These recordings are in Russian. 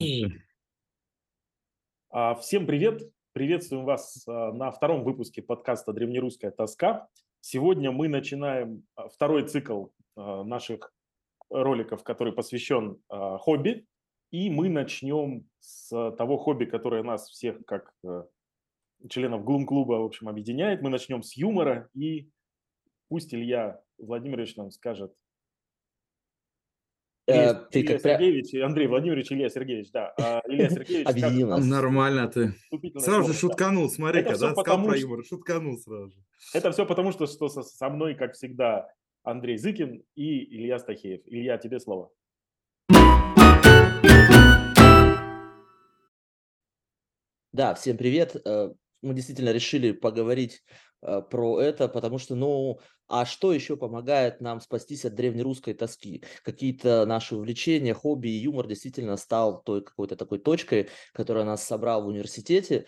Всем привет! Приветствуем вас на втором выпуске подкаста «Древнерусская тоска». Сегодня мы начинаем второй цикл наших роликов, который посвящен хобби. И мы начнем с того хобби, которое нас всех, как членов Глум-клуба, в общем, объединяет. Мы начнем с юмора. И пусть Илья Владимирович нам скажет. Ты Илья как Сергеевич, Андрей Владимирович, Илья Сергеевич, да. Илья Сергеевич скажет объединил нас. Нормально ты. вступительное Сразу слово. же шутканул, смотри-ка, Это всё да, сказал потому, про что- юмор, шутканул сразу же. Это все потому, что со мной, как всегда, Андрей Зыкин и Илья Стахеев. Илья, тебе слово. Да, всем привет. Мы действительно решили поговорить про это, потому что, а что еще помогает нам спастись от древнерусской тоски? Какие-то наши увлечения, хобби и юмор действительно стал той какой-то такой точкой, которая нас собрала в университете.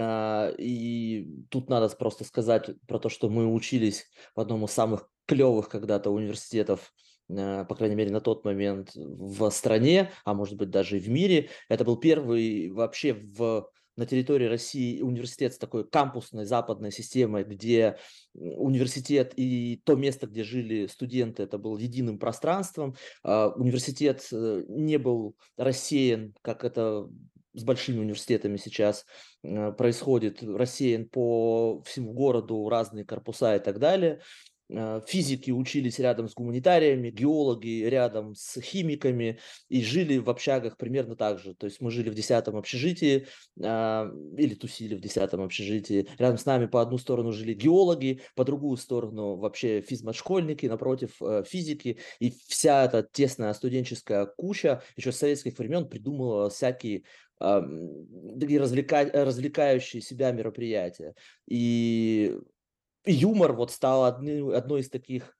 И тут надо просто сказать про то, что мы учились в одном из самых клевых когда-то университетов, по крайней мере, на тот момент в стране, а может быть даже и в мире. Это был первый вообще на территории России университет с такой кампусной западной системой, где университет и то место, где жили студенты, это был единым пространством. Университет не был рассеян, как это с большими университетами сейчас происходит, рассеян по всему городу, разные корпуса и так далее. Физики учились рядом с гуманитариями, геологи рядом с химиками и жили в общагах примерно так же. То есть мы жили в 10-м общежитии или тусили в 10-м общежитии. Рядом с нами по одну сторону жили геологи, по другую сторону вообще физмат-школьники, напротив физики. И вся эта тесная студенческая куча еще с советских времен придумывала всякие такие развлекающие себя мероприятия. И юмор вот стал одной из таких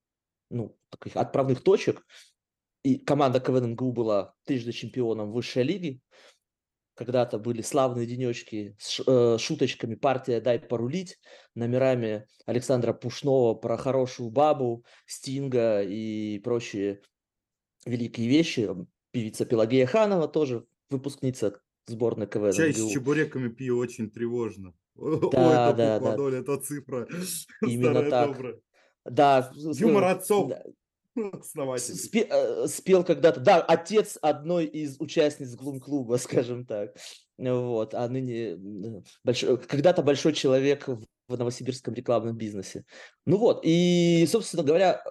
отправных точек. И команда КВН МГУ была трижды чемпионом высшей лиги. Когда-то были славные денечки с шуточками «Партия, дай порулить», номерами Александра Пушного про хорошую бабу, Стинга и прочие великие вещи. Певица Пелагея Ханова тоже выпускница сборной КВН Чай с МГУ. чебуреками пью очень тревожно. Да, Это да, буква да, 0, это цифра. именно Старая так. добрая. Да, Юмор отцов. да. Основателей. Спел когда-то, да, отец одной из участниц Глум-клуба, скажем так. Вот, а ныне когда-то большой человек в новосибирском рекламном бизнесе. Ну вот, и, собственно говоря,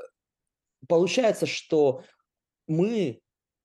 получается, что мы,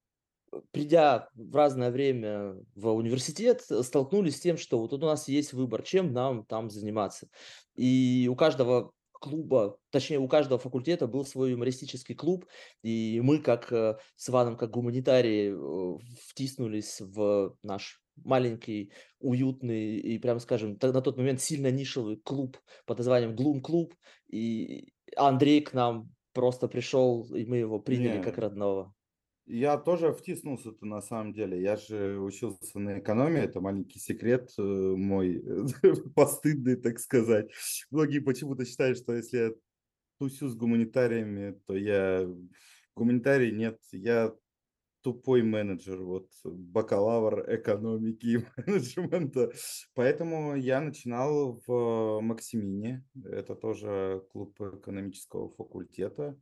придя в разное время в университет, столкнулись с тем, что вот у нас есть выбор, чем нам там заниматься. И у каждого клуба, точнее, у каждого факультета был свой юмористический клуб, и мы, как с Иваном, как гуманитарии, втиснулись в наш маленький, уютный и, прямо скажем, на тот момент сильно нишевый клуб под названием Глум-клуб, и Андрей к нам просто пришел, и мы его приняли как Не, родного. я тоже втиснулся-то на самом деле. Я же учился на экономии, это маленький секрет мой, постыдный, так сказать. Многие почему-то считают, что если я тусю с гуманитариями, то я гуманитарий, нет, я тупой менеджер, вот бакалавр экономики и менеджмента. Поэтому я начинал в Максимине, это тоже клуб экономического факультета.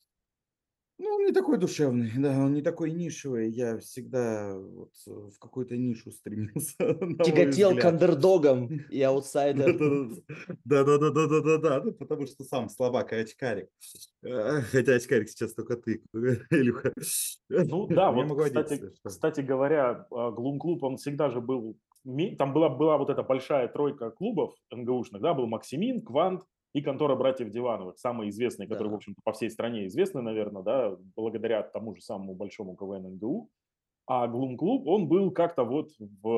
Ну, он не такой душевный, да, он не такой нишевый. Я всегда вот в какую-то нишу стремился, на мой Тяготел к взгляд. андердогам и аутсайдерам. Да-да-да, ну, потому что сам слабак и очкарик. Хотя очкарик сейчас только ты, Илюха. Ну да, Я вот, могу одеться, если что. кстати говоря, Глум-клуб, он всегда же был... Там была вот эта большая тройка клубов МГУшных, да, был Максимин, Квант и контора братьев Дивановых, самые известные, которые, в Да. общем-то, по всей стране известны, наверное, да, благодаря тому же самому большому КВН МГУ. А Глум-клуб, он был как-то вот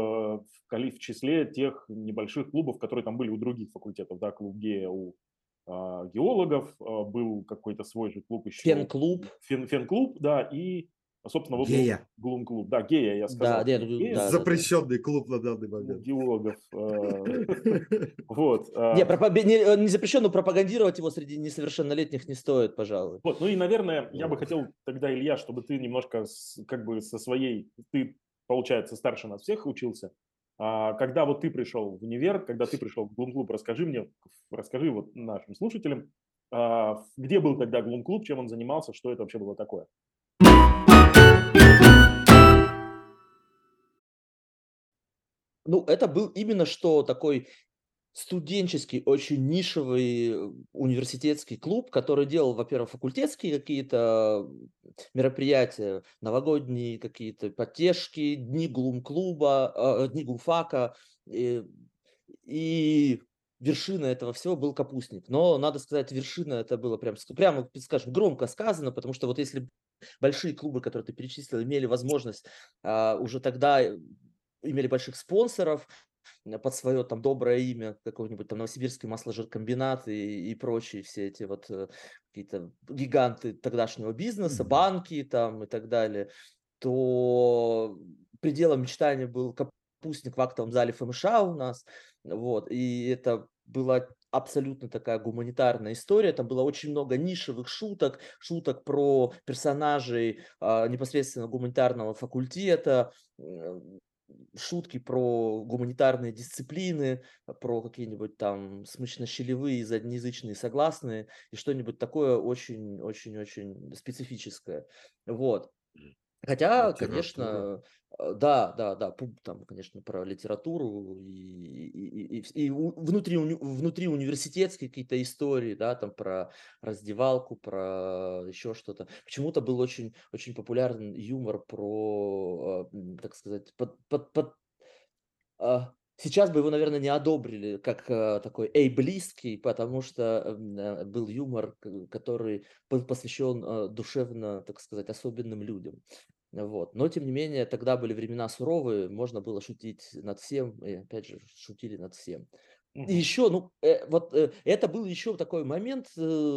в числе тех небольших клубов, которые там были у других факультетов, да, клуб гея у геологов, был какой-то свой же клуб еще, Фен-клуб. фен-клуб, да, и, собственно, вот был Гея. Глум-клуб. Да, гея, я Да, сказал. нет, Гея, да, да, да. Запрещенный клуб на данный клуб момент. геологов. Вот. Не запрещено, пропагандировать его среди несовершеннолетних не стоит, пожалуй. Вот, ну и, наверное, я бы хотел тогда, Илья, чтобы ты немножко как бы со своей... Ты получается, старше нас всех учился. Когда вот ты пришел в универ, когда ты пришел в Глум-клуб, расскажи вот нашим слушателям, где был тогда Глум-клуб, чем он занимался, что это вообще было такое? Ну, это был именно что такой студенческий, очень нишевый университетский клуб, который делал, во-первых, факультетские какие-то мероприятия, новогодние какие-то поддержки, дни глум-клуба, дни глумфака. И, и вершина этого всего был капустник. Но, надо сказать, вершина это было прямо, скажем, громко сказано, потому что вот если большие клубы, которые ты перечислил, имели возможность уже тогда имели больших спонсоров, под свое там доброе имя, какой-нибудь там Новосибирский масложиркомбинат и прочие все эти вот какие-то гиганты тогдашнего бизнеса, банки там и так далее, то пределом мечтания был капустник в актовом зале ФМШ у нас, вот, и это была абсолютно такая гуманитарная история, там было очень много нишевых шуток про персонажей непосредственно гуманитарного факультета, шутки про гуманитарные дисциплины, про какие-нибудь там смычно-щелевые, заднеязычные согласные и что-нибудь такое очень-очень-очень специфическое. Вот. Хотя, Литература. конечно, да, там, конечно, про литературу и внутри университетские какие-то истории, да, там про раздевалку, про еще что-то. Почему-то был очень, очень популярен юмор про, так сказать, сейчас бы его, наверное, не одобрили как такой эйблистский, потому что был юмор, который был посвящен душевно, так сказать, особенным людям. Вот. Но, тем не менее, тогда были времена суровые, можно было шутить над всем, и, опять же, шутили над всем. И еще, это был еще такой момент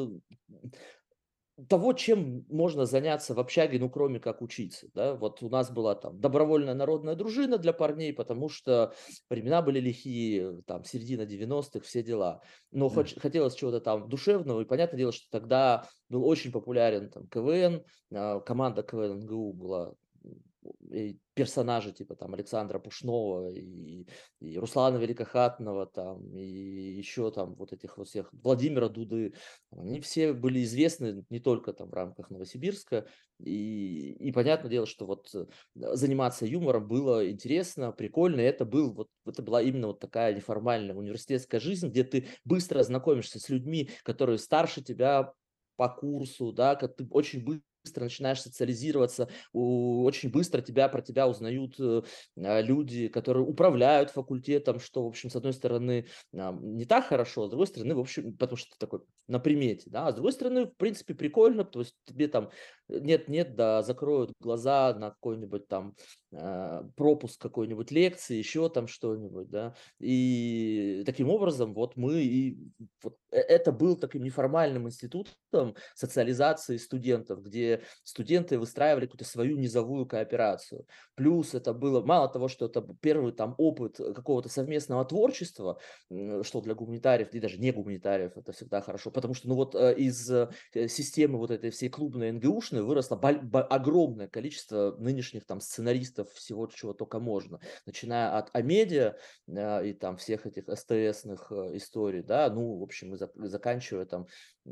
того, чем можно заняться в общаге, ну, кроме как учиться, да. Вот у нас была там добровольная народная дружина для парней, потому что времена были лихие, там, середина 90-х, все дела. Но хотелось чего-то там душевного, и понятное дело, что тогда был очень популярен там КВН, команда КВН НГУ была, и персонажи типа там Александра Пушного и Руслана Великохатного там, и еще там вот этих вот всех, Владимира Дуды. Они все были известны не только там в рамках Новосибирска. И понятное дело, что вот заниматься юмором было интересно, прикольно. И это была именно вот такая неформальная университетская жизнь, где ты быстро знакомишься с людьми, которые старше тебя по курсу, да, как ты очень быстро начинаешь социализироваться, очень быстро про тебя узнают люди, которые управляют факультетом, что, в общем, с одной стороны, не так хорошо, а с другой стороны, в общем, потому что ты такой на примете, да, а с другой стороны, в принципе, прикольно, то есть тебе там нет-нет, да, закроют глаза на какой-нибудь там пропуск какой-нибудь лекции, еще там что-нибудь, да, и таким образом вот это был таким неформальным институтом социализации студентов, где студенты выстраивали какую-то свою низовую кооперацию. Плюс это было, мало того, что это первый там опыт какого-то совместного творчества, что для гуманитариев, и даже не гуманитариев, это всегда хорошо, потому что, ну вот из системы вот этой всей клубной НГУшной выросло огромное количество нынешних там сценаристов всего, чего только можно, начиная от Амедиа и там всех этих СТСных историй, да, ну, в общем, и заканчивая там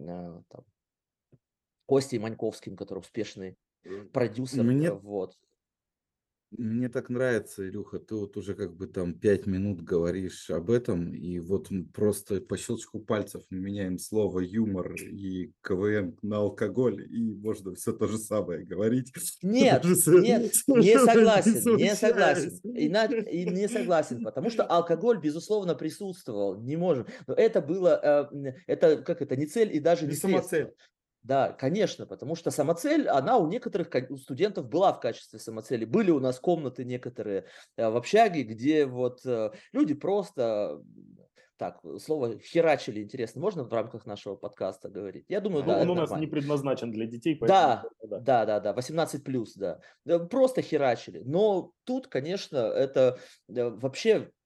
Костей Маньковским, который успешный продюсер, Мне вот. Мне так нравится, Илюха, ты вот уже как бы там 5 минут говоришь об этом, и вот просто по щелчку пальцев мы меняем слово юмор и КВН на алкоголь, и можно все то же самое говорить. Нет, Даже нет, не совершенно не согласен, не согласен. смущаясь. И не согласен, потому что алкоголь, безусловно, присутствовал, не можем. Но это было, не цель и даже Не не средство. самоцель. Да, конечно, потому что самоцель, она у некоторых у студентов была в качестве самоцели. Были у нас комнаты некоторые в общаге, где вот люди просто, так, слово херачили, интересно, можно в рамках нашего подкаста говорить? Я думаю, Ну, да, он это у нас не нормально. предназначен для детей, поэтому Да, да. да, 18 плюс, да. Да, просто херачили. Но тут, конечно, это вообще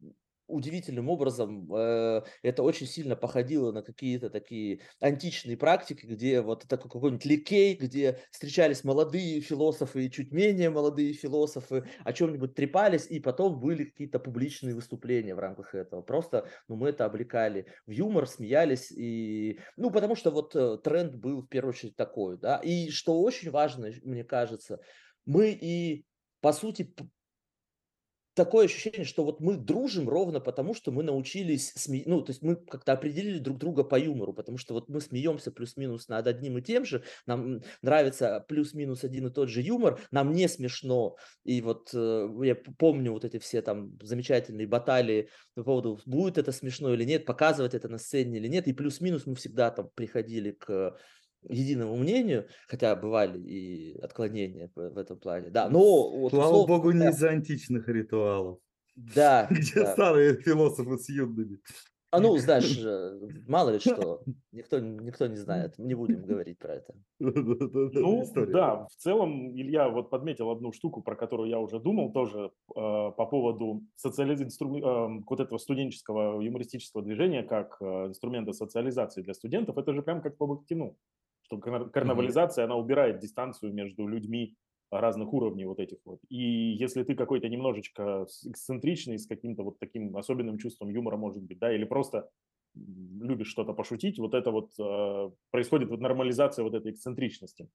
удивительным образом это очень сильно походило на какие-то такие античные практики, где вот такой какой-нибудь Ликей, где встречались молодые философы и чуть менее молодые философы, о чем-нибудь трепались, и потом были какие-то публичные выступления в рамках этого. Просто, ну, мы это облекали в юмор, смеялись, и, ну, потому что вот тренд был в первую очередь такой, да. И что очень важно, мне кажется, мы и по сути, такое ощущение, что вот мы дружим ровно потому, что мы научились ну, то есть мы как-то определили друг друга по юмору, потому что вот мы смеемся плюс-минус над одним и тем же, нам нравится плюс-минус один и тот же юмор, нам не смешно. И вот я помню вот эти все там замечательные баталии по поводу, будет это смешно или нет, показывать это на сцене или нет, и плюс-минус мы всегда там приходили к единому мнению, хотя бывали и отклонения в этом плане, да, но вот Слава условно богу, не говоря, из-за античных ритуалов, да, где да. старые философы с юными. Ну, знаешь, мало ли что, никто не знает, не будем говорить про это. Ну История. да, в целом Илья вот подметил одну штуку, про которую я уже думал тоже по поводу вот этого студенческого юмористического движения как инструмента социализации для студентов. Это же прям как по Бахтину, что Мгм. карнавализация, она убирает дистанцию между людьми разных уровней вот этих вот. И если ты какой-то немножечко эксцентричный, с каким-то вот таким особенным чувством юмора, может быть, да, или просто любишь что-то пошутить, вот это вот происходит вот нормализация вот этой эксцентричности.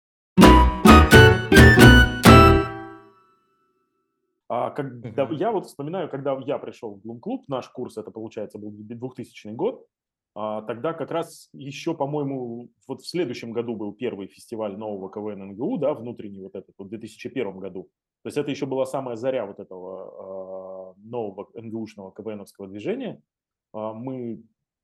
Когда Мгм. я вот вспоминаю, когда я пришел в Глум-клуб, наш курс, это, получается, был 2000 год, тогда как раз еще, по-моему, вот в следующем году был первый фестиваль нового КВН НГУ, да, внутренний вот этот, вот в 2001 году. То есть это еще была самая заря вот этого нового НГУшного КВНовского движения. Мы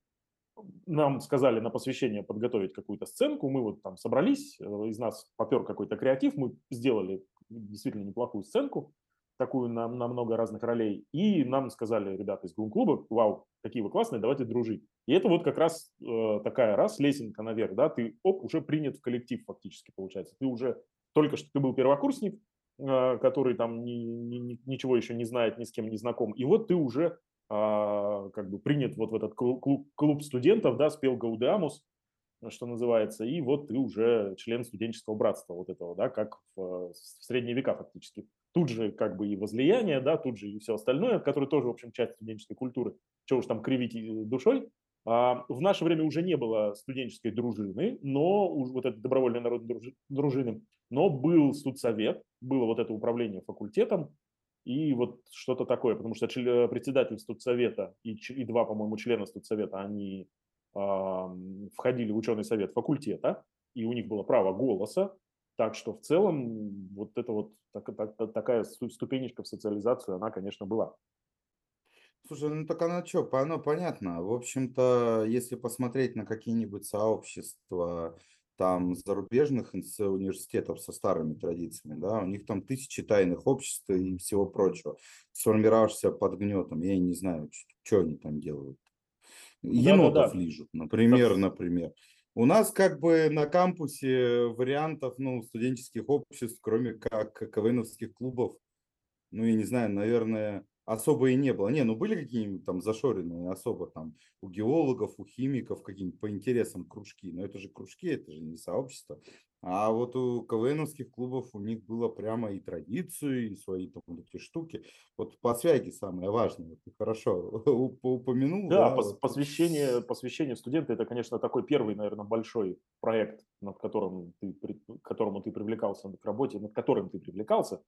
Нам сказали на посвящение подготовить какую-то сценку, мы вот там собрались, из нас попер какой-то креатив, мы сделали действительно неплохую сценку, такую на много разных ролей, и нам сказали ребята из Глум-клуба: вау, какие вы классные, давайте дружить. И это вот как раз такая раз лесенка наверх, да, ты уже принят в коллектив фактически получается, ты уже только что ты был первокурсник, который там ничего еще не знает, ни с кем не знаком, и вот ты уже как бы принят вот в этот клуб студентов, да, спел Гаудеамус, что называется, и вот ты уже член студенческого братства вот этого, да, как в средние века фактически. Тут же как бы и возлияние, да, тут же и все остальное, которое тоже, в общем, часть студенческой культуры, чего уж там кривить душой. В наше время уже не было студенческой дружины, но вот этой добровольной народной дружины, но был студсовет, было вот это управление факультетом, и вот что-то такое, потому что председатель студсовета и два, по-моему, члена студсовета, они входили в ученый совет факультета, и у них было право голоса, так что в целом вот это вот такая ступенечка в социализацию, она, конечно, была. Слушай, ну так оно что, оно понятно. В общем-то, если посмотреть на какие-нибудь сообщества там зарубежных университетов со старыми традициями, да, у них там тысячи тайных обществ и всего прочего, сформировавшихся под гнетом. Я не знаю, что они там делают. Енотов Да-да-да. лижут, например. У нас как бы на кампусе вариантов, ну, студенческих обществ, кроме как КВНовских клубов, ну, я не знаю, наверное, особо и не было. Не, ну были какие-нибудь там зашоренные особо там у геологов, у химиков какие-нибудь по интересам кружки. Но это же кружки, это же не сообщество. А вот у КВНовских клубов у них было прямо и традиции, и свои там вот эти штуки. Вот по связи самое важное. Вот ты хорошо упомянул, Да, да, вот. посвящение студента – это, конечно, такой первый, наверное, большой проект, к которому ты привлекался к работе, над которым ты привлекался.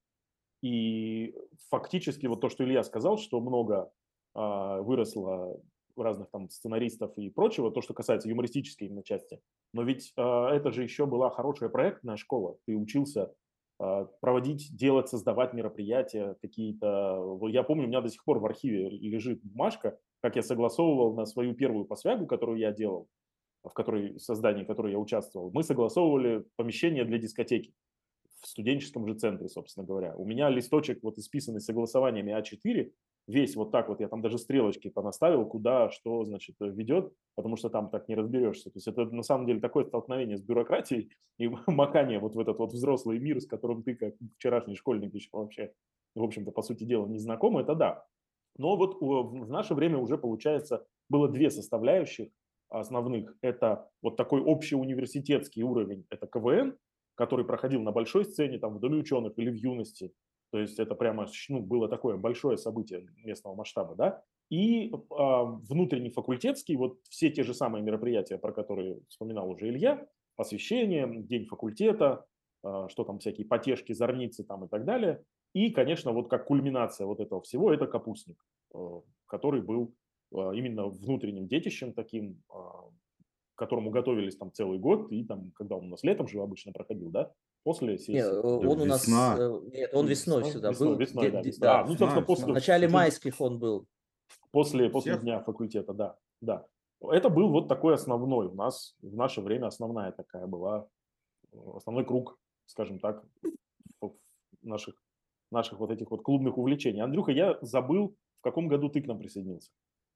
И фактически вот то, что Илья сказал, что много выросло разных там сценаристов и прочего, то, что касается юмористической именно части. Но ведь это же еще была хорошая проектная школа. Ты учился проводить, делать, создавать мероприятия какие-то. Я помню, у меня до сих пор в архиве лежит бумажка, как я согласовывал на свою первую посвягу, которую я делал, в создании которой я участвовал. Мы согласовывали помещение для дискотеки в студенческом же центре, собственно говоря. У меня листочек вот исписанный согласованиями А4, весь вот так вот, я там даже стрелочки понаставил, куда, что, значит, ведет, потому что там так не разберешься. То есть это на самом деле такое столкновение с бюрократией и макание вот в этот вот взрослый мир, с которым ты как вчерашний школьник еще вообще, в общем-то, по сути дела, не знаком, это да. Но вот в наше время уже, получается, было две составляющих основных. Это вот такой общеуниверситетский уровень, это КВН, который проходил на большой сцене, там, в Доме ученых или в Юности. То есть это прямо было такое большое событие местного масштаба, да. И внутренний факультетский, вот все те же самые мероприятия, про которые вспоминал уже Илья, посвящение, день факультета, что там всякие потешки, зорницы там и так далее. И, конечно, вот как кульминация вот этого всего, это капустник, который был именно внутренним детищем таким, к которому готовились там целый год, и там, когда он у нас летом же обычно проходил, да, после Не, сессии. Да он у нас, весна. нет, он Или весной весной, всегда весной, был, весной, да, весной. да, Ну, собственно, в Весна. начале майских он был. после Всех? дня факультета, да, да. Это был вот такой основной у нас, в наше время основная такая была, основной круг, скажем так, наших, наших вот этих вот клубных увлечений. Андрюха, я забыл, в каком году ты к нам присоединился.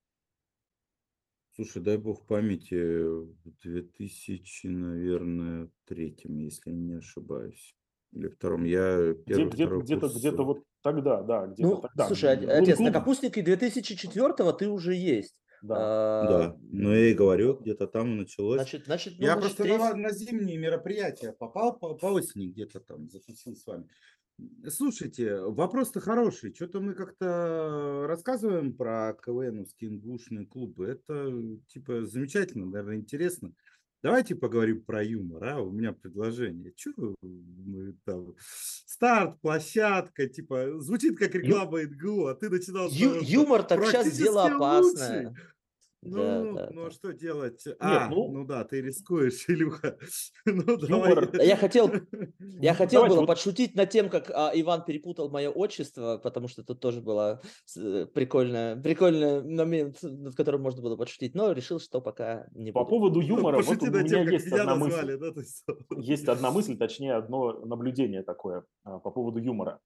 Слушай, дай бог памяти, в 2000, наверное, третьем, если не ошибаюсь. Или втором. Я первый, второй курс. Где-то вот тогда, да, где-то Ну, тогда. слушай, Был отец, на клуб, капустнике 2004-го ты уже есть. да. Да, но я и говорю, где-то там и началось. Ну, Я значит, просто треть. на зимние мероприятия попал по осени где-то там, затусил с вами. Слушайте, вопрос-то хороший. Что-то мы как-то рассказываем про КВНовские ингушные клубы. Это типа замечательно, наверное, интересно. Давайте поговорим про юмор, а? У меня предложение. Что мы там? Старт, площадка, типа, звучит как Ю- реклама ИНГУ, а ты начинал с того, что юмор так сейчас дело практически лучший. опасное. Да, да, Ну, а да. что делать? Нет, ну, Ну да, ты рискуешь, Илюха. Ну, давай. юмор, Я хотел давайте было вот подшутить над тем, как Иван перепутал мое отчество, потому что тут тоже была прикольный момент, над которым можно было подшутить, но решил, что пока не по будем. поводу юмора, вот у Пошути над меня тем, как есть меня одна мысль. назвали, да? То есть... Есть одна мысль, точнее, одно наблюдение такое по поводу юмора.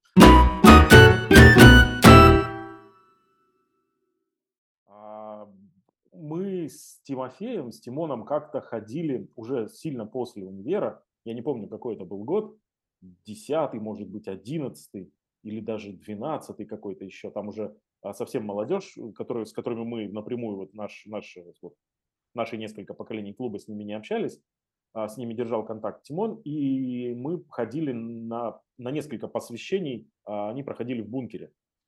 А, Мы с Тимофеем, с Тимоном как-то ходили уже сильно после универа. Я не помню, какой это был год. 10-й, может быть, 11-й или даже 12-й какой-то еще. Там уже совсем молодежь, с которыми мы напрямую, вот вот, наши несколько поколений клуба с ними не общались, с ними держал контакт Тимон, и мы ходили на несколько посвящений, они проходили в бункере.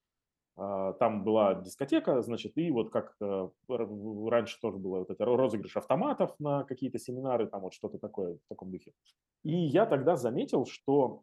Там была дискотека, значит, и вот как раньше тоже было вот это розыгрыш автоматов на какие-то семинары, там вот что-то такое в таком духе. И я тогда заметил, что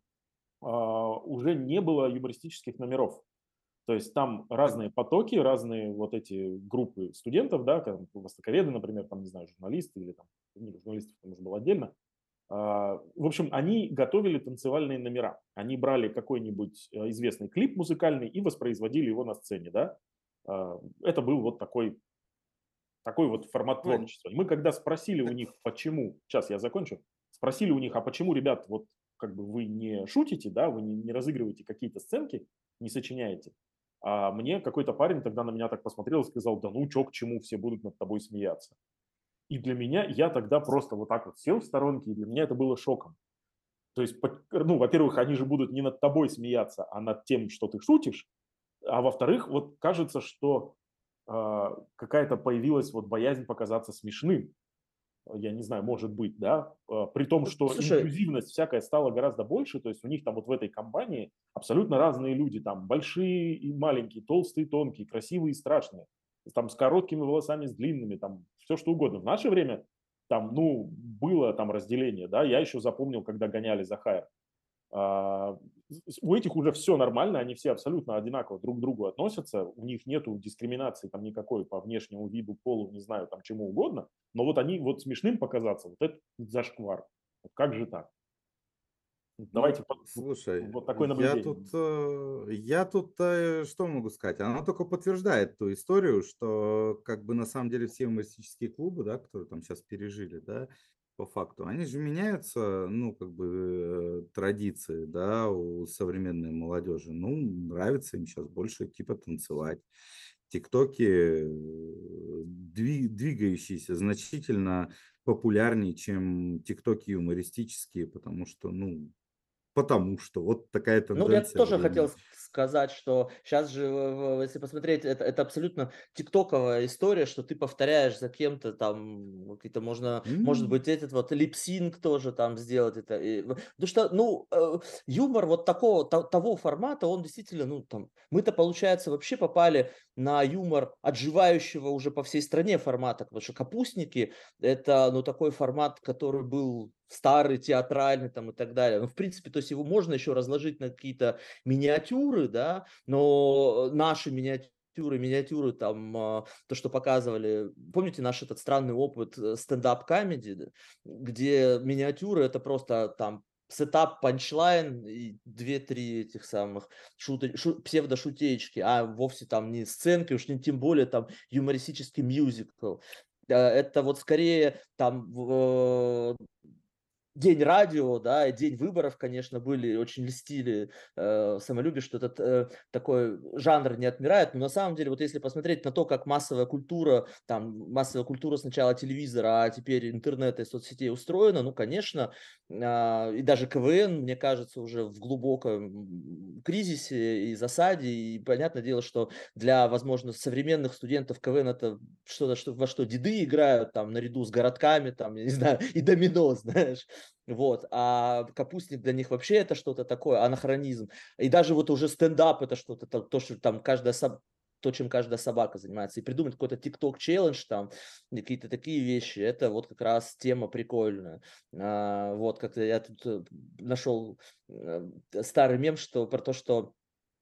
уже не было юмористических номеров. То есть там разные потоки, разные вот эти группы студентов, да, как востоковеды, например, там, не знаю, журналисты или там, не, журналистов там уже было отдельно. В общем, они готовили танцевальные номера. Они брали какой-нибудь известный клип музыкальный и воспроизводили его на сцене, да. Это был вот такой вот формат Вань, творчества. И мы когда спросили у так них, почему, сейчас я закончу, спросили у них, а почему, ребят, вот как бы вы не шутите, да, вы не разыгрываете какие-то сценки, не сочиняете. А мне какой-то парень тогда на меня так посмотрел и сказал, да ну чё к чему, все будут над тобой смеяться. И для меня, я тогда просто вот так вот сел в сторонке, и для меня это было шоком. То есть, ну, во-первых, они же будут не над тобой смеяться, а над тем, что ты шутишь. А во-вторых, вот кажется, что какая-то появилась вот боязнь показаться смешным. Я не знаю, может быть, да, при том, что Слушай, инклюзивность всякая стала гораздо больше, то есть у них там вот в этой компании абсолютно разные люди, там большие и маленькие, толстые, тонкие, красивые и страшные, там с короткими волосами, с длинными, там все что угодно. В наше время там, ну, было там разделение, да, я еще запомнил, когда гоняли за хайр. А, У этих уже все нормально, они все абсолютно одинаково друг к другу относятся, у них нету дискриминации там никакой по внешнему виду, полу, не знаю, там чему угодно, но вот они вот смешным показаться, вот это зашквар. Как же так? Давайте Ну, слушай, вот такое наблюдение. что могу сказать? Оно только подтверждает ту историю, что как бы на самом деле все юмористические клубы, да, которые там сейчас пережили, да, по факту, они же меняются, ну, как бы традиции, да, у современной молодежи. Ну, нравится им сейчас больше типа танцевать. ТикТоки, двигающиеся значительно популярнее, чем ТикТоки юмористические, потому что, ну, потому что вот такая Ну, я тенденция тоже хотел времени. сказать, что сейчас же, если посмотреть, это абсолютно тиктоковая история, что ты повторяешь за кем-то там какие-то может М, быть, этот вот липсинг тоже там сделать это. Потому что, ну, юмор вот такого, того формата, он действительно, ну, там, мы-то, получается, вообще попали на юмор отживающего уже по всей стране формата, потому что «Капустники» — это, ну, такой формат, который был старый, театральный там и так далее. Ну, в принципе, то есть его можно еще разложить на какие-то миниатюры, да, но наши миниатюры там, то, что показывали. Помните наш этот странный опыт стендап-камеди, да, где миниатюры — это просто там сетап, панчлайн и две-три этих самых псевдошутеечки, а вовсе там не сценки, уж не тем более там юмористический мюзикл. Это вот скорее там День радио, да, и день выборов, конечно, были, очень льстили самолюбие, что этот такой жанр не отмирает. Но на самом деле, вот если посмотреть на то, как массовая культура сначала телевизора, а теперь интернета и соцсетей устроена, ну, конечно, и даже КВН, мне кажется, уже в глубоком кризисе и засаде. И понятное дело, что для, возможно, современных студентов КВН это что-то, во что деды играют, там, наряду с городками, там, я не знаю, и домино, знаешь. Вот, а капустник для них вообще это что-то такое, анахронизм. И даже вот уже стендап — это что-то, то, что там то, чем каждая собака занимается. И придумать какой-то TikTok челлендж, там, какие-то такие вещи, это вот как раз тема прикольная. Вот, как-то я тут нашел старый мем, что про то, что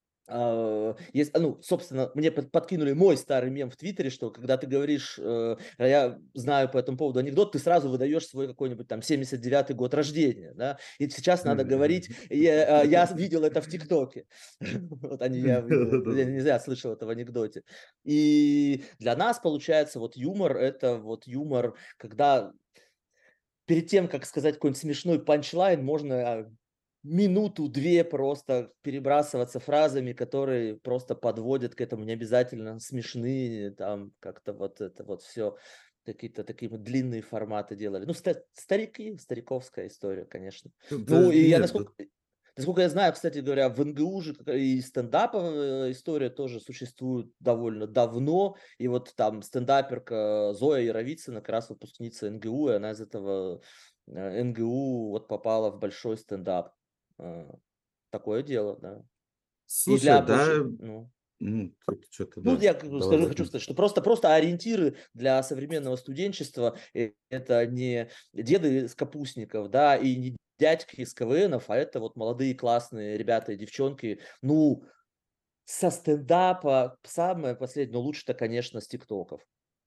ну, собственно, мне подкинули мой старый мем в Твиттере, что когда ты говоришь, а я знаю по этому поводу анекдот, ты сразу выдаешь свой какой-нибудь там 79-й год рождения, да, и сейчас надо говорить, я видел это в ТикТоке, вот я видел, я да-да-да. не зря слышал это в анекдоте. И для нас, получается, вот юмор — это вот юмор, когда перед тем, как сказать какой-нибудь смешной панчлайн, можно минуту-две просто перебрасываться фразами, которые просто подводят к этому, не обязательно смешные, там как-то вот это вот все, какие-то такие вот длинные форматы делали. Ну, стариковская история, конечно. Ну, Да и я нет, да. насколько я знаю, кстати говоря, в НГУ же и стендаповая история тоже существует довольно давно. И вот там стендаперка Зоя Яровицына, как раз выпускница НГУ, и она из этого НГУ вот попала в большой стендап. А, Такое дело, да. И Слушай, для да, ну, ну, тут что-то, ну, да, я как бы давай хочу закончи. сказать, что просто ориентиры для современного студенчества это не деды из капустников, да, и не дядьки из КВНов, а это вот молодые классные ребята и девчонки. Ну, со стендапа самое последнее, но лучше-то, конечно, с тиктоков.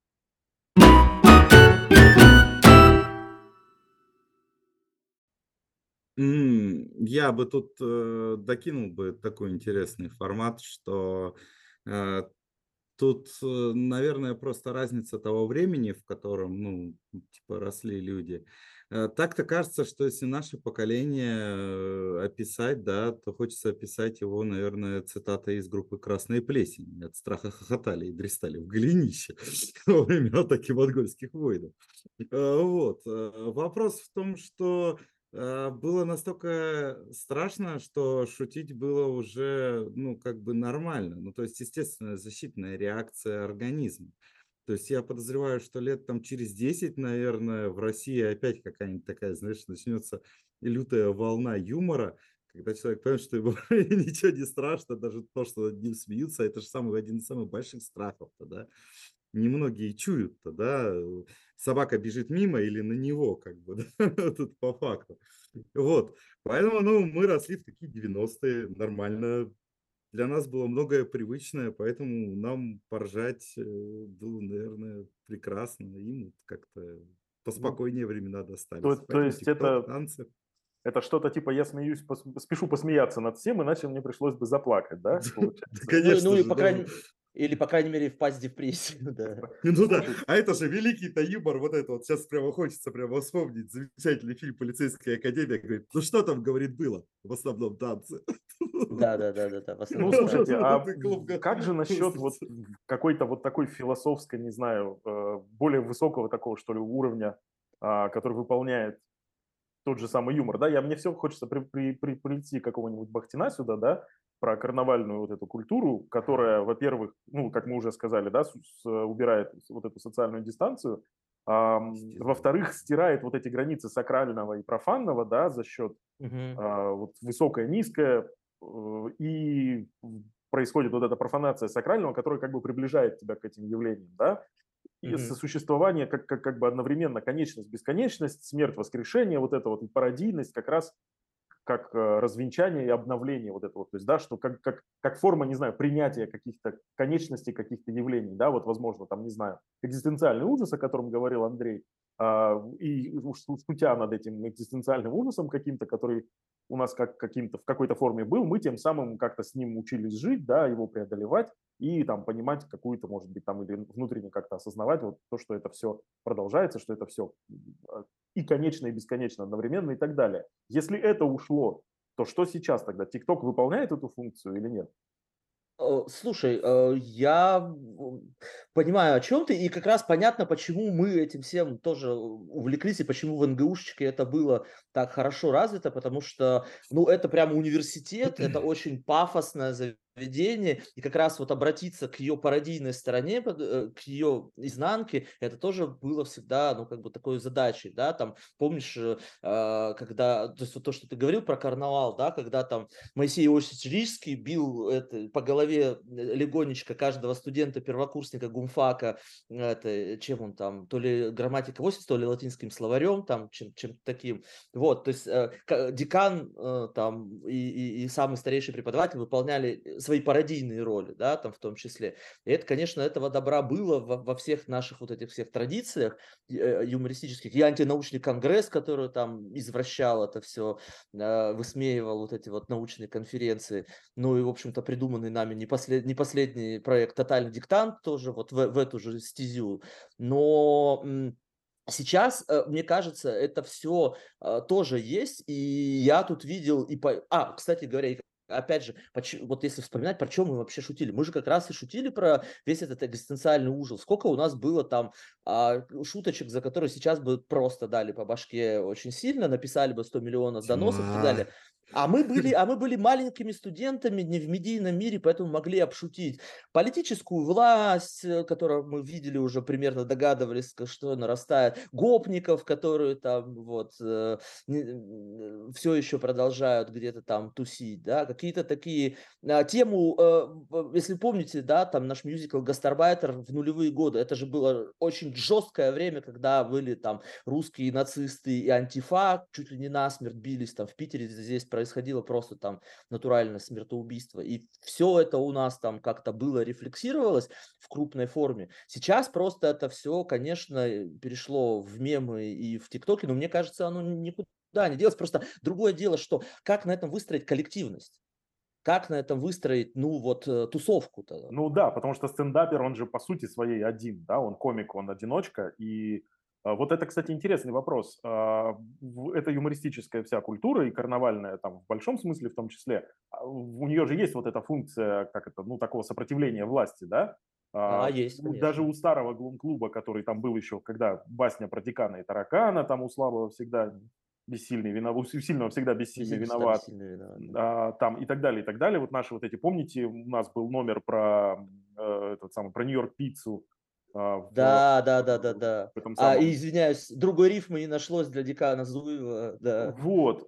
Я бы тут, докинул бы такой интересный формат, что, э, тут, наверное, просто разница того времени, в котором, ну, типа, росли люди. Так-то кажется, что если наше поколение, описать, да, то хочется описать его, наверное, цитатой из группы «Красная плесень». От страха хохотали и дристали в голенище во время атаки монгольских воинов. Вот. Вопрос в том, что было настолько страшно, что шутить было уже, ну, как бы нормально. Ну, то есть, естественная защитная реакция организма. То есть я подозреваю, что лет там через 10, наверное, в России опять какая-нибудь такая, знаешь, начнется лютая волна юмора, когда человек поймет, что ему ничего не страшно, даже то, что над ним смеются, это же один из самых больших страхов-то, да. Немногие чуют-то, да, собака бежит мимо или на него, как бы, да, тут по факту. Вот, поэтому, ну, мы росли в такие 90-е, нормально. Для нас было многое привычное, поэтому нам поржать, было, наверное, прекрасно. Им вот как-то Ну, поспокойнее времена то, достались. то Поэтому есть «Тикток», танцы. это что-то типа я смеюсь, спешу посмеяться над всем, иначе мне пришлось бы заплакать, да, Да, получается? Ну конечно и же, ну, по крайней мере, впасть в депрессию, да. ну да, Слушай, а это же великий-то юмор, вот это вот. Сейчас прямо хочется прямо вспомнить замечательный фильм «Полицейская академия». Говорит, ну что там, говорит, было? В основном танцы. Да, в ну, основном слушайте, танцы. а Это глубоко. как же насчет вот какой-то вот такой философской, не знаю, более высокого такого, что ли, уровня, который выполняет тот же самый юмор, да, мне все хочется прийти какого-нибудь Бахтина сюда, да, про карнавальную вот эту культуру, которая, во-первых, ну, как мы уже сказали, да, убирает вот эту социальную дистанцию, во-вторых, стирает вот эти границы сакрального и профанного, да, за счет вот высокое, низкое, и происходит вот эта профанация сакрального, которая как бы приближает тебя к этим явлениям, да, и сосуществование как бы одновременно конечность, бесконечность, смерть, воскрешение, вот эта вот пародийность как раз как развенчание и обновление вот этого, то есть, да, что как форма, не знаю, принятия каких-то конечностей, каких-то явлений, да, вот, возможно, там, не знаю, экзистенциальный ужас, о котором говорил Андрей, и шутя над этим экзистенциальным ужасом каким-то, который у нас в какой-то форме был, мы тем самым как-то с ним учились жить, да, его преодолевать и там понимать какую-то, может быть, там или внутренне как-то осознавать вот то, что это все продолжается, что это все и конечно, и бесконечно одновременно и так далее. Если это ушло, то что сейчас тогда? TikTok выполняет эту функцию или нет? Слушай, я понимаю, о чем ты, и как раз понятно, почему мы этим всем тоже увлеклись, и почему в НГУшечке это было так хорошо развито, потому что, ну, это прямо университет, это очень пафосное заведение, и как раз вот обратиться к ее пародийной стороне, к ее изнанке, это тоже было всегда, ну, как бы такой задачей, да, там, помнишь, когда, то есть вот то, что ты говорил про карнавал, да, когда там Моисей Иосифович Рижский бил по голове легонечко каждого студента-первокурсника гумфака, чем он там, то ли грамматика 80, то ли латинским словарем, там, чем-то таким. Вот, то есть декан там и самый старейший преподаватель выполняли свои пародийные роли, да, там в том числе. И это, конечно, этого добра было во всех наших вот этих всех традициях юмористических. И антинаучный конгресс, который там извращал это все, высмеивал вот эти вот научные конференции. Ну и, в общем-то, придуманный нами не последний проект «Тотальный диктант» тоже вот в эту же стезю. Но сейчас, мне кажется, это все тоже есть, и я тут видел кстати говоря, опять же, вот если вспоминать, про чем мы вообще шутили, мы же как раз и шутили про весь этот экзистенциальный ужас. Сколько у нас было там шуточек, за которые сейчас бы просто дали по башке очень сильно, написали бы 100 миллионов доносов и так Тьма. далее. А мы были маленькими студентами не в медийном мире, поэтому могли обшутить политическую власть, которую мы видели уже, примерно догадывались, что нарастает, гопников, которые там вот все еще продолжают где-то там тусить, да, какие-то такие тему, если помните, да, там наш мюзикл «Гастарбайтер» в нулевые годы, это же было очень жесткое время, когда были там русские нацисты и антифа чуть ли не насмерть бились, там в Питере здесь происходило просто там натуральное смертоубийство, и все это у нас там как-то было рефлексировалось в крупной форме. Сейчас просто это все, конечно, перешло в мемы и в ТикТоке, но мне кажется, оно никуда не делось. Просто другое дело, что как на этом выстроить коллективность? Как на этом выстроить, ну вот, тусовку-то? Ну да, потому что стендапер, он же по сути своей один, да, он комик, он одиночка. И вот это, кстати, интересный вопрос. Это юмористическая вся культура и карнавальная там в большом смысле в том числе, у нее же есть вот эта функция, как это, ну такого сопротивления власти, да? Есть, Даже конечно. у старого глум-клуба, который там был еще, когда басня про декана и таракана, там у слабого всегда бессильный виноват, у сильного всегда бессильный Всегда виноват, бессильно виноват, да. там и так далее, и так далее. Вот наши вот эти, помните, у нас был номер про этот самый, про Нью-Йорк пиццу Да, да, да, да, да. в этом И самом. извиняюсь, другой рифмы не нашлось для декана Зуева, да. Вот,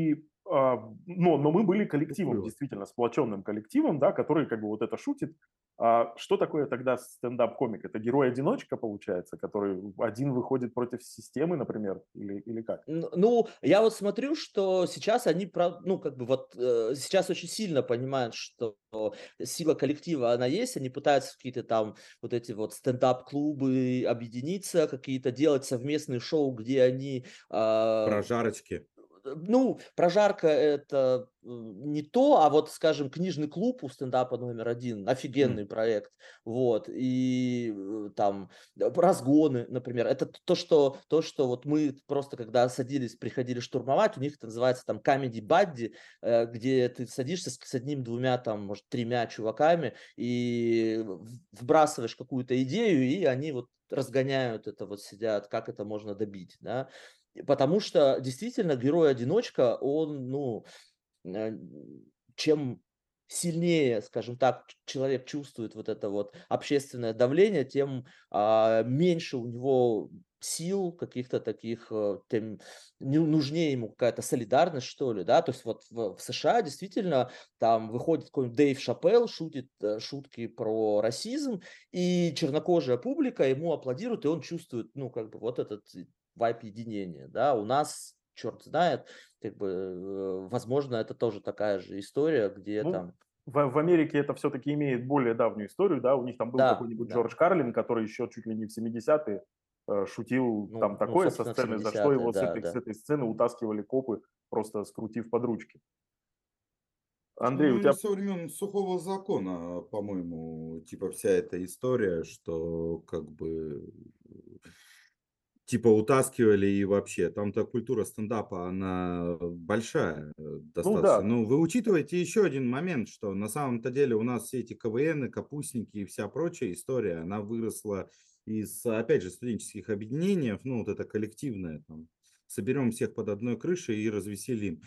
но мы были коллективом, Такую. действительно, сплоченным коллективом, да, который как бы вот это шутит. Что такое тогда стендап-комик? Это герой-одиночка, получается, который один выходит против системы, например, или как? Ну, я вот смотрю, что сейчас они, ну, как бы вот сейчас очень сильно понимают, что сила коллектива, она есть, они пытаются в какие-то там вот эти вот стендап-клубы объединиться, какие-то делать совместные шоу, где они Прожарочки. ну, прожарка — это не то, а вот, скажем, книжный клуб у стендапа номер один — офигенный проект. Вот, и там разгоны, например. Это то, что вот мы просто когда садились, приходили штурмовать, у них это называется там comedy buddy, где ты садишься с одним-двумя, там, может, тремя чуваками и вбрасываешь какую-то идею, и они вот разгоняют это, вот сидят, как это можно добить, да. Потому что действительно герой-одиночка, он, ну, э, чем сильнее, скажем так, человек чувствует вот это вот общественное давление, тем меньше у него сил каких-то таких, тем нужнее ему какая-то солидарность, что ли, да, то есть вот в США действительно там выходит какой-нибудь Дэйв Шапелл, шутит шутки про расизм, и чернокожая публика ему аплодирует, и он чувствует, ну, как бы вот этот вайб единения, да, у нас черт знает, как бы, возможно, это тоже такая же история, где Ну, там в Америке это все-таки имеет более давнюю историю, да, у них там был да, какой-нибудь да, Джордж Карлин, который еще чуть ли не в 70-е шутил там ну, такое со собственно, в сцены, за что 70-е, его с да, этой, с да. этой сцены утаскивали копы, просто скрутив под ручки. Андрей, у Ну, тебя... со времен сухого закона, по-моему, типа вся эта история, что как бы типа утаскивали и вообще. Там-то культура стендапа, она большая Ну достаточно. да, Ну, вы учитываете еще один момент, что на самом-то деле у нас все эти КВН, капустники и вся прочая история, она выросла из, опять же, студенческих объединений, ну, вот это коллективное, там, соберем всех под одной крышей и развеселим.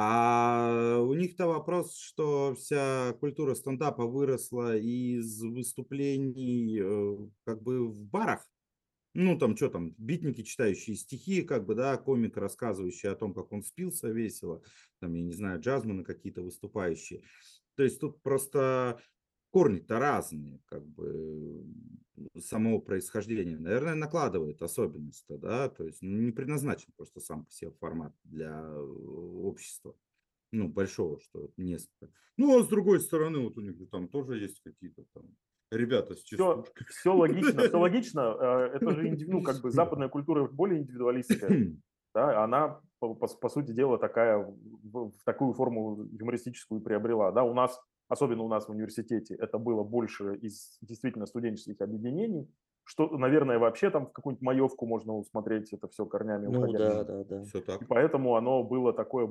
А у них-то вопрос, что вся культура стендапа выросла из выступлений как бы в барах. Ну, там, что там, битники, читающие стихи, как бы, да, комик, рассказывающий о том, как он спился весело, там, я не знаю, джазмены какие-то выступающие. То есть тут просто корни-то разные, как бы, самого происхождения. Наверное, накладывает особенность-то, да, то есть не предназначен просто сам по себе формат для общества, ну, большого, что вот несколько. Ну, а с другой стороны, вот у них же там тоже есть какие-то там ребята с частушкой. все логично, все логично. Это же, ну, как бы западная культура более индивидуалистская, да, она, по сути дела, такая, в такую форму юмористическую приобрела, да, у нас, особенно у нас в университете, это было больше из действительно студенческих объединений, что, наверное, вообще там в какую-нибудь маевку можно усмотреть это все корнями Ну да, уходящее. да, да. Все И так. поэтому оно было такое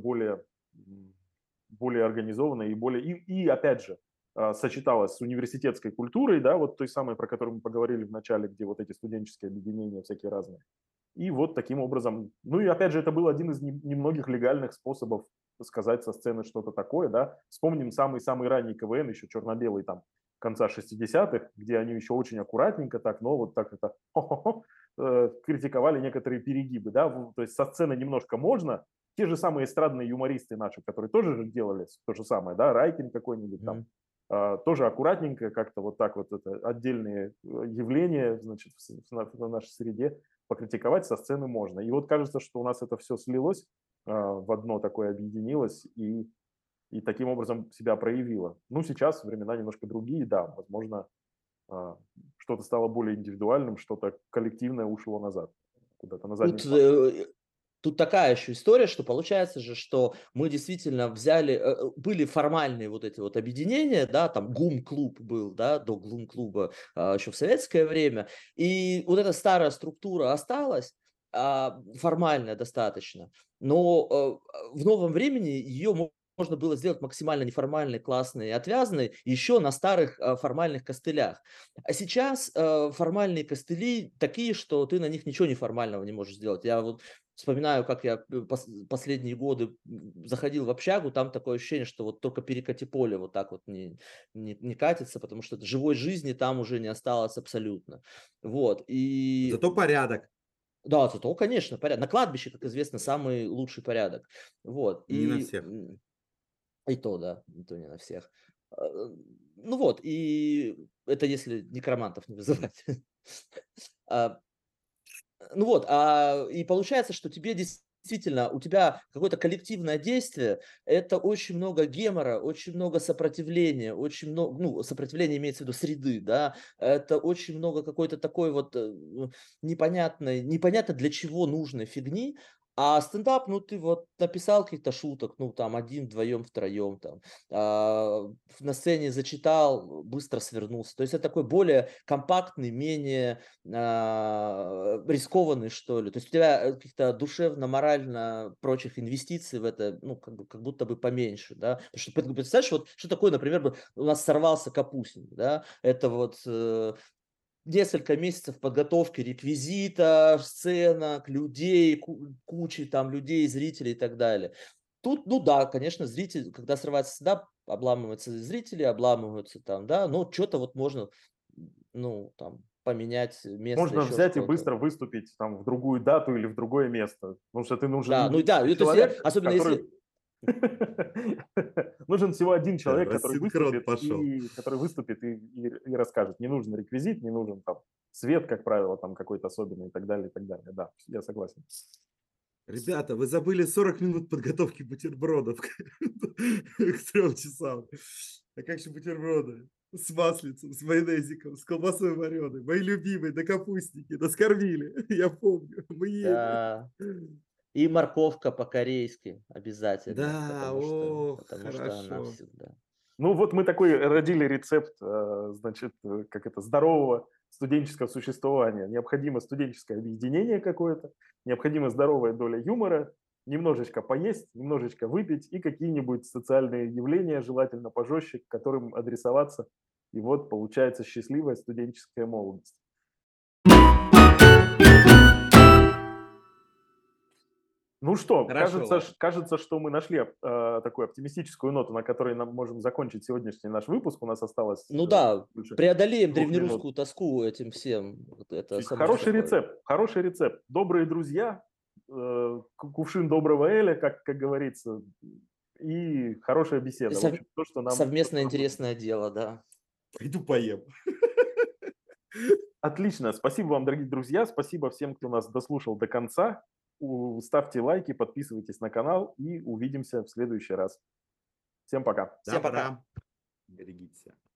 более организованное и более... И опять же, сочеталось с университетской культурой, да, вот той самой, про которую мы поговорили в начале, где вот эти студенческие объединения всякие разные. И вот таким образом, ну и опять же, это был один из немногих легальных способов сказать со сцены что-то такое, да. Вспомним самый-самый ранний КВН, еще черно-белый там, конца 60-х, где они еще очень аккуратненько так, но вот так это критиковали некоторые перегибы, да, то есть со сцены немножко можно, те же самые эстрадные юмористы наши, которые тоже же делали то же самое, да, Райкин какой-нибудь там, Мгм. тоже аккуратненько как-то вот так вот это отдельные явления, значит, в нашей среде покритиковать со сцены можно. И вот кажется, что у нас это все слилось в одно такое, объединилось и таким образом себя проявило. Ну, сейчас времена немножко другие, да, возможно, что-то стало более индивидуальным, что-то коллективное ушло назад, куда-то на задний Тут, план. тут такая еще история, что получается же, что мы действительно взяли, были формальные вот эти вот объединения, да, там ГУМ-клуб был, да, до ГУМ-клуба еще в советское время, и вот эта старая структура осталась, формальная достаточно, но в новом времени ее можно было сделать максимально неформальной, классной и отвязной еще на старых формальных костылях. А сейчас формальные костыли такие, что ты на них ничего неформального не можешь сделать. Я вот вспоминаю, как я последние годы заходил в общагу, там такое ощущение, что вот только перекати поле вот так вот не катится, потому что живой жизни там уже не осталось абсолютно. Вот, и Зато порядок. да, зато, конечно, порядок. На кладбище, как известно, самый лучший порядок. Вот, Не на всех. и то, да, и то не на всех. А, Ну вот, и это если некромантов не вызывать. А, Ну вот, и получается, что тебе действительно, у тебя какое-то коллективное действие, это очень много гемора, очень много сопротивления, очень много, ну, сопротивление имеется в виду среды, да, это очень много какой-то такой вот непонятно для чего нужной фигни, а стендап, ну, ты вот написал каких-то шуток, ну, там, один, вдвоем, втроем, там, на сцене зачитал, быстро свернулся. То есть это такой более компактный, менее рискованный, что ли. То есть у тебя каких-то душевно, морально прочих инвестиций в это, ну, как будто бы поменьше, да. Потому что, представляешь, вот что такое, например, бы у нас сорвался капустник, да, это вот несколько месяцев подготовки реквизита, сценок, людей, кучи там людей, зрителей и так далее. Тут, ну да, конечно, зритель, когда срывается стендап, обламываются зрители, обламываются там, да, но что-то вот можно, ну, там, поменять место, Можно еще взять и что-то. быстро выступить там в другую дату или в другое место. Потому что ты нужен Да, ну да, единственный то есть я, человек, особенно который... если... Нужен всего один человек, который Рассинхрон выступит пошел. и расскажет. Не нужен реквизит, не нужен там свет, как правило, там какой-то особенный и так далее, и так далее. Да, я согласен. Ребята, вы забыли 40 минут подготовки бутербродов к 3 часам. А как же бутерброды? С маслицем, с майонезиком, с колбасой вареной. Мои любимые, на капустнике. Нас кормили, я помню. Мы ели. Да. И морковка по-корейски обязательно, Да, потому что она хорошо. всегда. Ну вот мы такой родили рецепт, значит, как это, здорового студенческого существования. Необходимо студенческое объединение какое-то, необходима здоровая доля юмора, немножечко поесть, немножечко выпить и какие-нибудь социальные явления, желательно пожестче, к которым адресоваться. И вот получается счастливая студенческая молодость. Ну что, Хорошо, ладно. кажется, что мы нашли такую оптимистическую ноту, на которой нам можем закончить сегодняшний наш выпуск. У нас осталось Ну да, больше преодолеем 2 минут. древнерусскую тоску этим всем. Вот это само Хороший собой. рецепт, хороший рецепт. Добрые друзья, кувшин доброго эля, как говорится, и хорошая беседа. В общем, то, что нам... Совместное интересное дело, да. Пойду поем. Отлично. Спасибо вам, дорогие друзья. Спасибо всем, кто нас дослушал до конца. Ставьте лайки, подписывайтесь на канал и увидимся в следующий раз. Всем пока. Всем пока. Добра. Берегите себя.